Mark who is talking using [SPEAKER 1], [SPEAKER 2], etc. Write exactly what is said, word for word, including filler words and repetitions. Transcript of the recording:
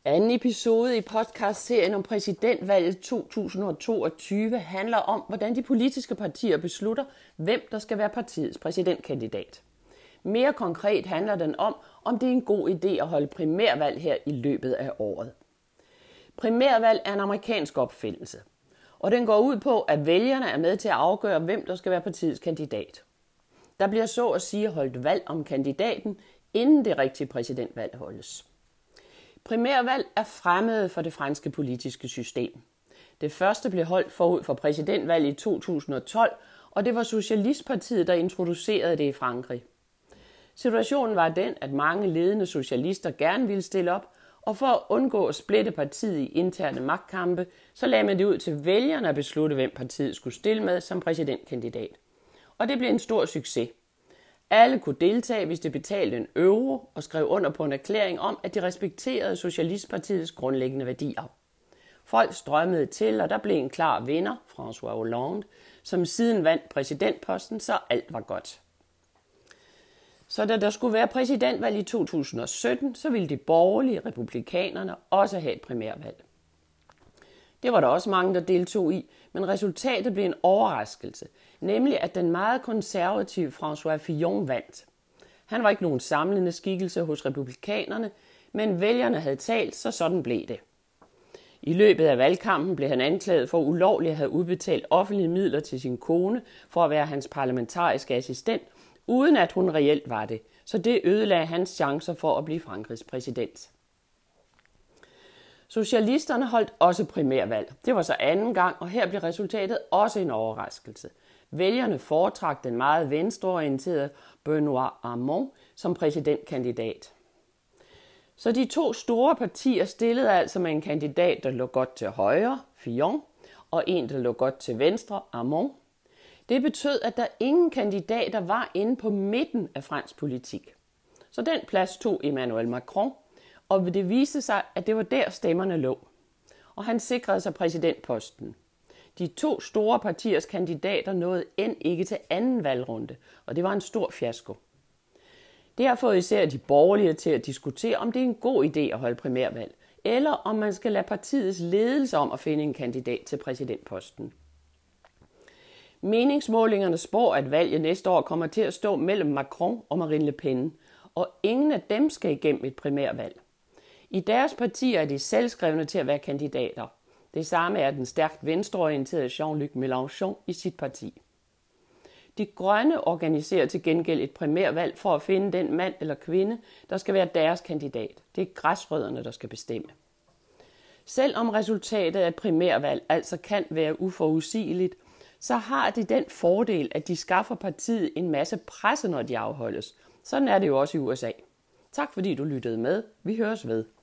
[SPEAKER 1] Anden episode i podcastserien om præsidentvalget to tusind og toogtyve handler om, hvordan de politiske partier beslutter, hvem der skal være partiets præsidentkandidat. Mere konkret handler den om, om det er en god idé at holde primærvalg her i løbet af året. Primærvalg er en amerikansk opfindelse, og den går ud på, at vælgerne er med til at afgøre, hvem der skal være partiets kandidat. Der bliver så at sige holdt valg om kandidaten, inden det rigtige præsidentvalg holdes. Primærvalg er fremmede for det franske politiske system. Det første blev holdt forud for præsidentvalget i to tusind og tolv, og det var Socialistpartiet, der introducerede det i Frankrig. Situationen var den, at mange ledende socialister gerne ville stille op, og for at undgå at splitte partiet i interne magtkampe, så lagde man det ud til vælgerne at beslutte, hvem partiet skulle stille med som præsidentkandidat. Og det blev en stor succes. Alle kunne deltage, hvis de betalte en euro og skrev under på en erklæring om, at de respekterede Socialistpartiets grundlæggende værdier. Folk strømmede til, og der blev en klar vinder, François Hollande, som siden vandt præsidentposten, så alt var godt. Så da der skulle være præsidentvalg i to tusind og sytten, så ville de borgerlige republikanerne også have et primærvalg. Det var der også mange, der deltog i, men resultatet blev en overraskelse, nemlig at den meget konservative François Fillon vandt. Han var ikke nogen samlende skikkelse hos republikanerne, men vælgerne havde talt, så sådan blev det. I løbet af valgkampen blev han anklaget for ulovligt at have udbetalt offentlige midler til sin kone for at være hans parlamentariske assistent, uden at hun reelt var det, så det ødelagde hans chancer for at blive Frankrigs præsident. Socialisterne holdt også primærvalg. Det var så anden gang, og her blev resultatet også en overraskelse. Vælgerne foretrak den meget venstreorienterede Benoît Hamon som præsidentkandidat. Så de to store partier stillede altså med en kandidat, der lå godt til højre, Fillon, og en, der lå godt til venstre, Hamon. Det betød, at der ingen kandidater var inde på midten af fransk politik. Så den plads tog Emmanuel Macron, og det viste sig, at det var der stemmerne lå. Og han sikrede sig præsidentposten. De to store partiers kandidater nåede end ikke til anden valgrunde, og det var en stor fiasko. Det har fået især de borgerlige til at diskutere, om det er en god idé at holde primærvalg, eller om man skal lade partiets ledelse om at finde en kandidat til præsidentposten. Meningsmålingerne spår, at valget næste år kommer til at stå mellem Macron og Marine Le Pen, og ingen af dem skal igennem et primærvalg. I deres partier er de selvskrevne til at være kandidater. Det samme er den stærkt venstreorienterede Jean-Luc Mélenchon i sit parti. De grønne organiserer til gengæld et primærvalg for at finde den mand eller kvinde, der skal være deres kandidat. Det er græsrødderne, der skal bestemme. Selvom resultatet af et primærvalg altså kan være uforudsigeligt, så har de den fordel, at de skaffer partiet en masse presse, når de afholdes. Sådan er det jo også i U S A. Tak fordi du lyttede med. Vi høres ved.